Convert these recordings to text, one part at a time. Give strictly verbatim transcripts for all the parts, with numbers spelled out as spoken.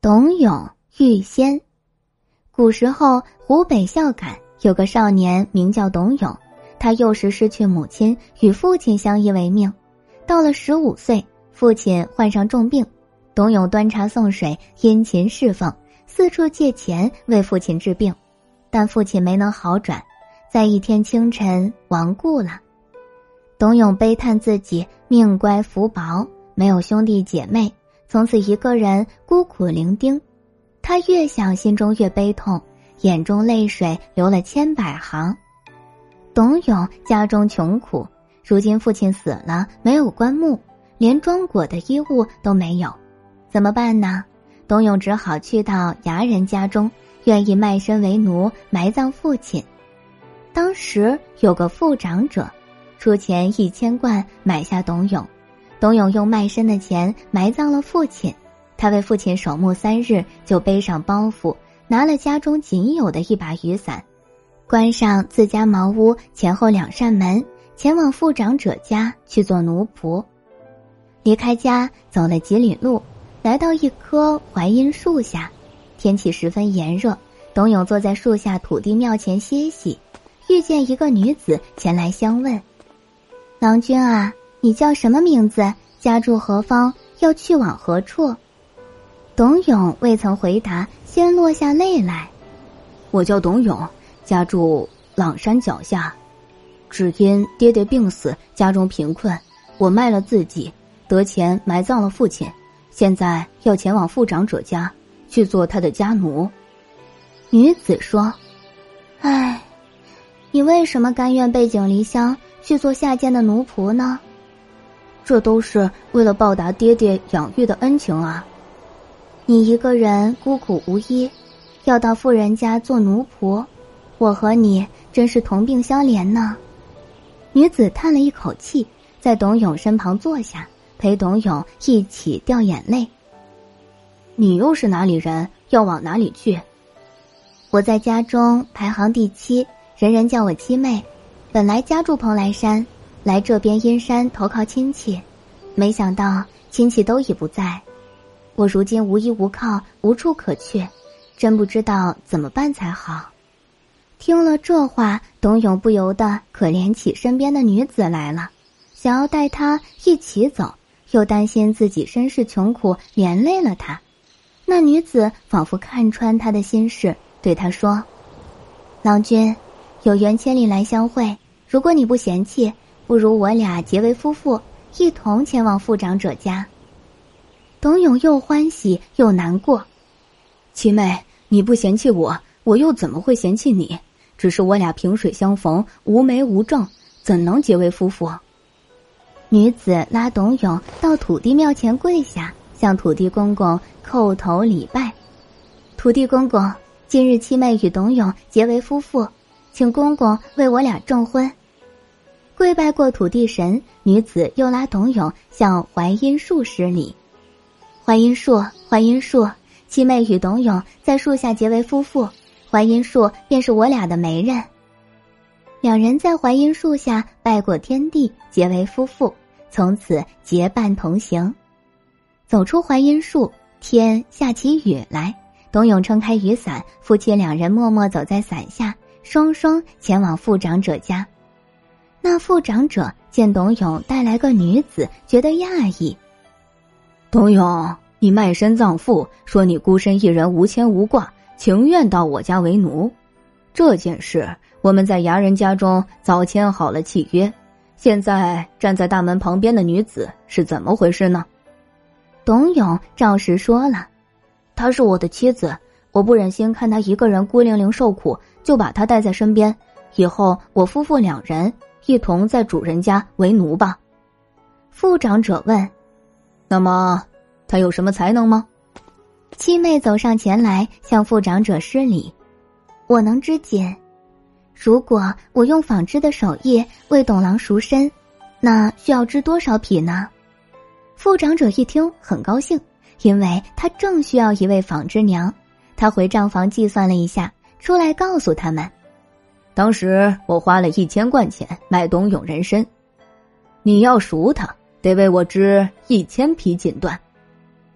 董永遇仙。古时候，湖北孝感有个少年名叫董永，他幼时失去母亲，与父亲相依为命。到了十五岁，父亲患上重病，董永端茶送水，殷勤侍奉，四处借钱为父亲治病，但父亲没能好转，在一天清晨亡故了。董永悲叹自己命乖福薄，没有兄弟姐妹，从此一个人孤苦伶仃。他越想心中越悲痛，眼中泪水流了千百行。董永家中穷苦，如今父亲死了，没有棺木，连装裹的衣物都没有，怎么办呢？董永只好去到衙人家中，愿意卖身为奴，埋葬父亲。当时有个副长者出钱一千贯买下董永，董永用卖身的钱埋葬了父亲。他为父亲守墓三日，就背上包袱，拿了家中仅有的一把雨伞，关上自家茅屋前后两扇门，前往副长者家去做奴仆。离开家走了几里路，来到一棵槐荫树下，天气十分炎热，董永坐在树下土地庙前歇息，遇见一个女子前来相问：郎君啊，你叫什么名字？家住何方？要去往何处？董永未曾回答，先落下泪来。 我叫董永，家住朗山脚下，只因爹爹病死，家中贫困，我卖了自己，得钱埋葬了父亲，现在要前往副长者家去做他的家奴。 女子说：唉，你为什么甘愿背井离乡去做下贱的奴仆呢？ 这都是为了报答爹爹养育的恩情啊。 你一个人孤苦无依，要到富人家做奴仆，我和你真是同病相怜呢。女子叹了一口气，在董永身旁坐下，陪董永一起掉眼泪。 你又是哪里人？要往哪里去？ 我在家中排行第七，人人叫我七妹，本来家住蓬莱山，来这边阴山投靠亲戚，没想到亲戚都已不在，我如今无依无靠，无处可去，真不知道怎么办才好。听了这话，董永不由得可怜起身边的女子来了，想要带她一起走，又担心自己身世穷苦连累了她。那女子仿佛看穿他的心事，对他说：郎君，有缘千里来相会，如果你不嫌弃，不如我俩结为夫妇，一同前往副长者家。董永又欢喜又难过。 七妹，你不嫌弃我，我又怎么会嫌弃你？只是我俩萍水相逢，无媒无证，怎能结为夫妇？ 女子拉董永到土地庙前跪下，向土地公公叩头礼拜。土地公公，今日七妹与董永结为夫妇，请公公为我俩证婚。跪拜过土地神，女子又拉董永向槐荫树施礼。槐荫树，槐荫树，七妹与董永在树下结为夫妇，槐荫树便是我俩的媒人。两人在槐荫树下拜过天地，结为夫妇，从此结伴同行。走出槐荫树，天下起雨来，董永撑开雨伞，夫妻两人默默走在伞下，双双前往副长者家。那副长者见董永带来个女子，觉得讶异。 董永，你卖身葬父，说你孤身一人无牵无挂，情愿到我家为奴。这件事我们在衙人家中早签好了契约，现在站在大门旁边的女子是怎么回事呢？ 董永照实说了， 她是我的妻子，我不忍心看她一个人孤零零受苦，就把她带在身边，以后我夫妇两人一同在主人家为奴吧。 副长者问： 那么她有什么才能吗？ 七妹走上前来，向副长者施礼：我能织锦，如果我用纺织的手艺为董郎赎身，那需要织多少匹呢？副长者一听很高兴，因为他正需要一位纺织娘。他回账房计算了一下，出来告诉他们： 当时我花了一千贯钱买董永人参，你要赎他，得为我织一千匹锦缎。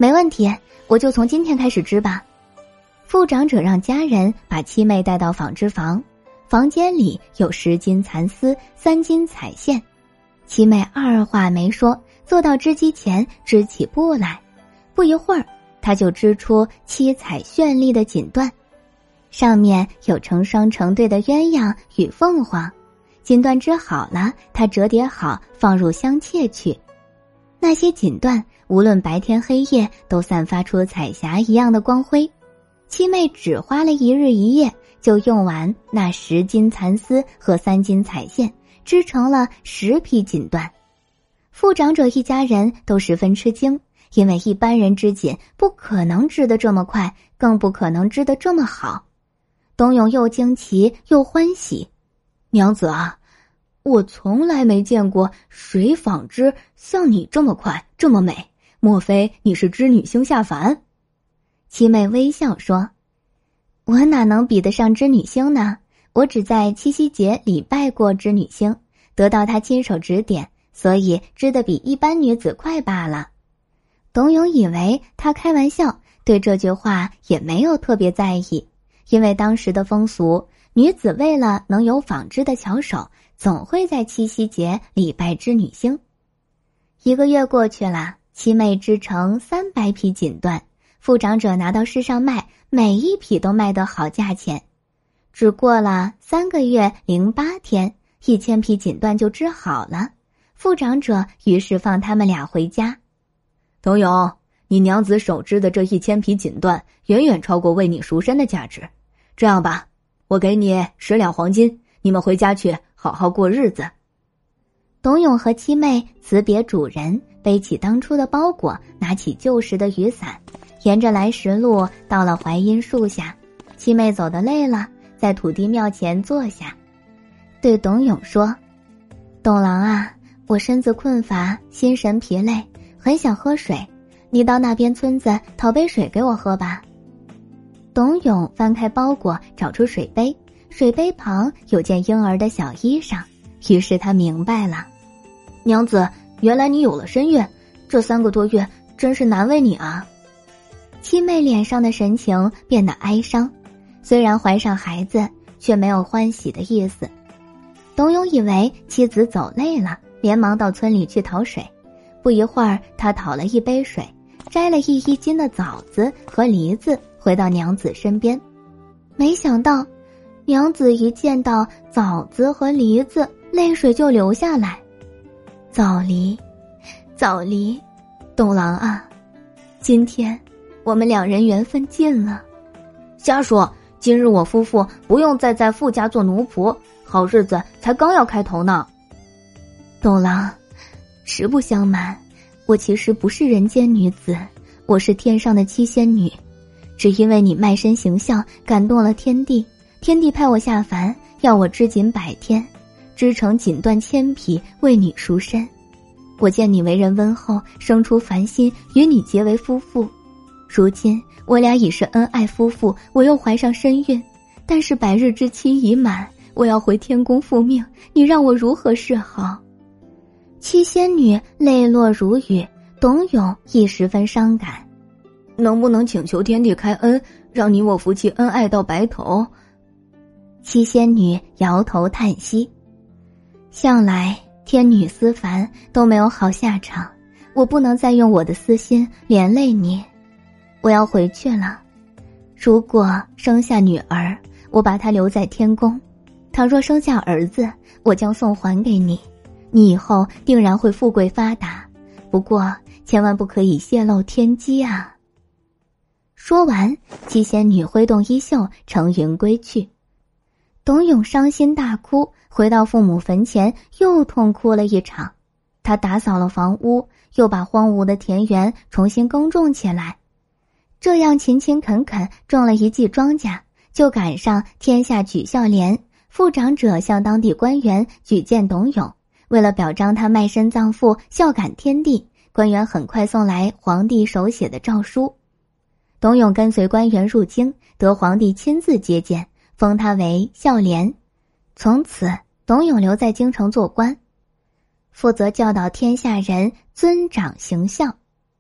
没问题，我就从今天开始织吧。副长者让家人把七妹带到纺织房，房间里有十斤蚕丝，三斤彩线。七妹二话没说，坐到织机前织起布来。不一会儿，她就织出七彩绚丽的锦缎，上面有成双成对的鸳鸯与凤凰。锦缎织好了，她折叠好，放入香箧去。那些锦缎无论白天黑夜，都散发出彩霞一样的光辉。七妹只花了一日一夜，就用完那十斤蚕丝和三斤彩线，织成了十匹锦缎。副长者一家人都十分吃惊，因为一般人织锦不可能织得这么快，更不可能织得这么好。董永又惊奇又欢喜， 娘子啊，我从来没见过水纺织像你这么快这么美，莫非你是织女星下凡？ 七妹微笑说，我哪能比得上织女星呢？我只在七夕节礼拜过织女星，得到她亲手指点，所以织得比一般女子快罢了。董永以为他开玩笑，对这句话也没有特别在意，因为当时的风俗，女子为了能有纺织的巧手，总会在七夕节礼拜织女星。一个月过去了，七妹织成三百匹锦缎，副长者拿到市上卖，每一匹都卖得好价钱。只过了三个月零八天，一千匹锦缎就织好了。副长者于是放他们俩回家。 董永，你娘子手织的这一千匹锦缎，远远超过为你赎身的价值。这样吧，我给你十两黄金，你们回家去好好过日子。 董永和七妹辞别主人，背起当初的包裹，拿起旧时的雨伞，沿着来时路到了槐荫树下。七妹走得累了，在土地庙前坐下，对董永说，董郎啊，我身子困乏，心神疲累，很想喝水，你到那边村子讨杯水给我喝吧。董永翻开包裹，找出水杯，水杯旁有件婴儿的小衣裳，于是他明白了， 娘子，原来你有了身孕，这三个多月真是难为你啊。 七妹脸上的神情变得哀伤，虽然怀上孩子，却没有欢喜的意思。董永以为妻子走累了，连忙到村里去讨水。不一会儿，他讨了一杯水，摘了一衣襟的枣子和梨子，回到娘子身边。没想到，娘子一见到枣子和梨子，泪水就流下来。枣梨，枣梨，董郎啊，今天我们两人缘分尽了。 瞎说，今日我夫妇不用再在傅家做奴仆，好日子才刚要开头呢。 董郎，实不相瞒，我其实不是人间女子，我是天上的七仙女。只因为你卖身行孝，感动了天帝，天帝派我下凡，要我织锦百天，织成锦缎千匹，为你赎身。我见你为人温厚，生出凡心，与你结为夫妇。如今我俩已是恩爱夫妇，我又怀上身孕，但是百日之期已满，我要回天宫复命，你让我如何是好？七仙女泪落如雨，董永亦十分伤感。 能不能请求天地开恩，让你我夫妻恩爱到白头？ 七仙女摇头叹息，向来天女思凡都没有好下场，我不能再用我的私心连累你，我要回去了。如果生下女儿，我把她留在天宫；倘若生下儿子，我将送还给你，你以后定然会富贵发达。不过千万不可以泄露天机啊！说完，七仙女挥动衣袖，乘云归去。董永伤心大哭，回到父母坟前，又痛哭了一场。他打扫了房屋，又把荒芜的田园重新耕种起来。这样勤勤恳恳种了一季庄稼，就赶上天下举孝廉，副长者向当地官员举荐董永。为了表彰他卖身葬父，孝感天地，官员很快送来皇帝手写的诏书。董永跟随官员入京，得皇帝亲自接见，封他为孝廉。从此，董永留在京城做官，负责教导天下人尊长行孝。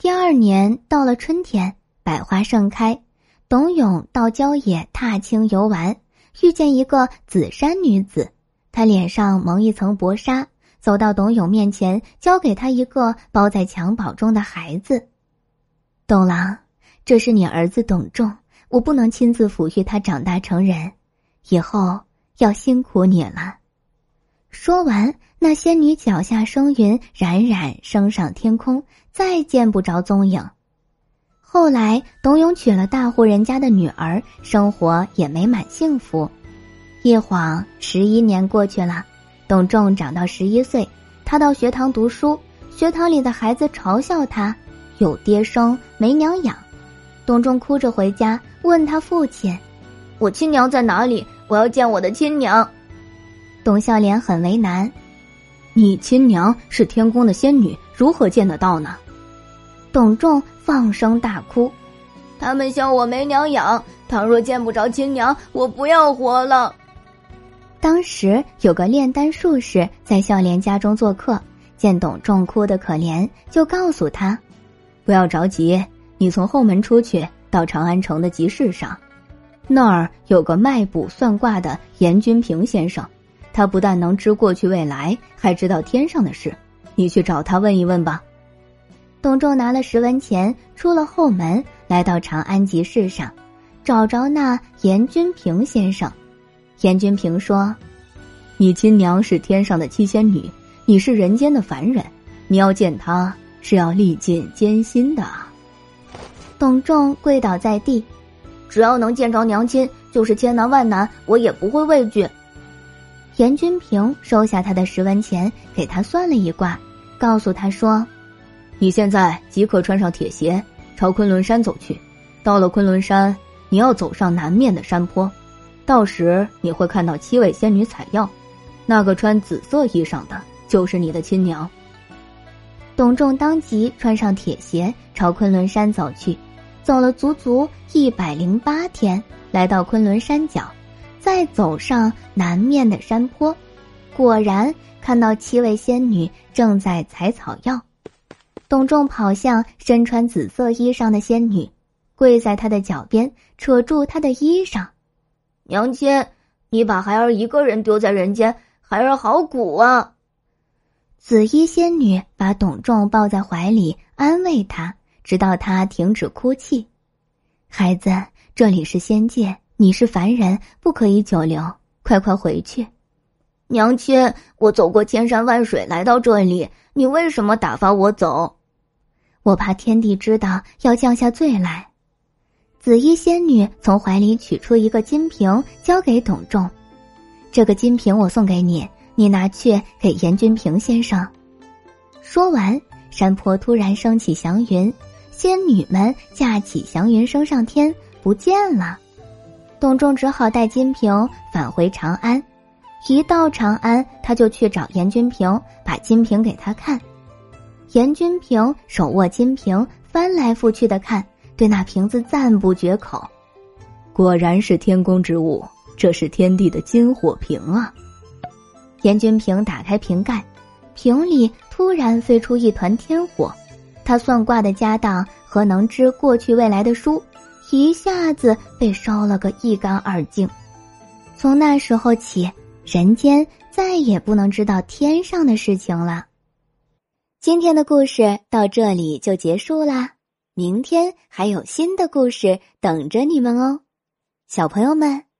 第二年到了春天，百花盛开，董永到郊野踏青游玩，遇见一个紫衫女子，她脸上蒙一层薄纱，走到董永面前，交给他一个包在襁褓中的孩子。董郎，这是你儿子董仲，我不能亲自抚育他长大成人，以后要辛苦你了。说完，那仙女脚下生云冉冉升上天空，再见不着踪影。后来董永娶了大户人家的女儿，生活也美满幸福。一晃十一年过去了，董仲长到十一岁，他到学堂读书，学堂里的孩子嘲笑他有爹生没娘养。董仲哭着回家，问他父亲：我亲娘在哪里？我要见我的亲娘。董孝廉很为难： 你亲娘是天宫的仙女，如何见得到呢？ 董仲放声大哭：他们笑我没娘养，倘若见不着亲娘，我不要活了。当时有个炼丹术士在孝廉家中做客，见董仲哭得可怜，就告诉他： 不要着急，你从后门出去，到长安城的集市上，那儿有个卖卜算卦的严君平先生，他不但能知过去未来，还知道天上的事，你去找他问一问吧。 董仲拿了十文钱，出了后门，来到长安集市上，找着那严君平先生。严君平说： 你亲娘是天上的七仙女，你是人间的凡人，你要见她是要历尽艰辛的。 董仲跪倒在地：只要能见着娘亲，就是千难万难，我也不会畏惧。严君平收下他的十文钱，给他算了一卦，告诉他说： 你现在即刻穿上铁鞋，朝昆仑山走去，到了昆仑山，你要走上南面的山坡，到时你会看到七位仙女采药，那个穿紫色衣裳的就是你的亲娘。 董仲当即穿上铁鞋，朝昆仑山走去，走了足足一百零八天，来到昆仑山脚，再走上南面的山坡，果然看到七位仙女正在采草药。董仲跑向身穿紫色衣裳的仙女，跪在她的脚边，扯住她的衣裳：娘亲，你把孩儿一个人丢在人间，孩儿好苦啊。紫衣仙女把董仲抱在怀里，安慰他，直到他停止哭泣。孩子，这里是仙界，你是凡人，不可以久留，快快回去。娘亲，我走过千山万水来到这里，你为什么打发我走？我怕天帝知道，要降下罪来。紫衣仙女从怀里取出一个金瓶，交给董仲：这个金瓶我送给你，你拿去给严君平先生。说完，山坡突然升起祥云，仙女们驾起祥云升上天，不见了。董仲只好带金瓶返回长安。一到长安，他就去找严君平，把金瓶给他看。严君平手握金瓶，翻来覆去的看，对那瓶子赞不绝口： 果然是天宫之物，这是天地的金火瓶啊。 严君平打开瓶盖，瓶里突然飞出一团天火，他算卦的家当和能知过去未来的书一下子被烧了个一干二净。从那时候起，人间再也不能知道天上的事情了。今天的故事到这里就结束啦，明天还有新的故事等着你们哦，小朋友们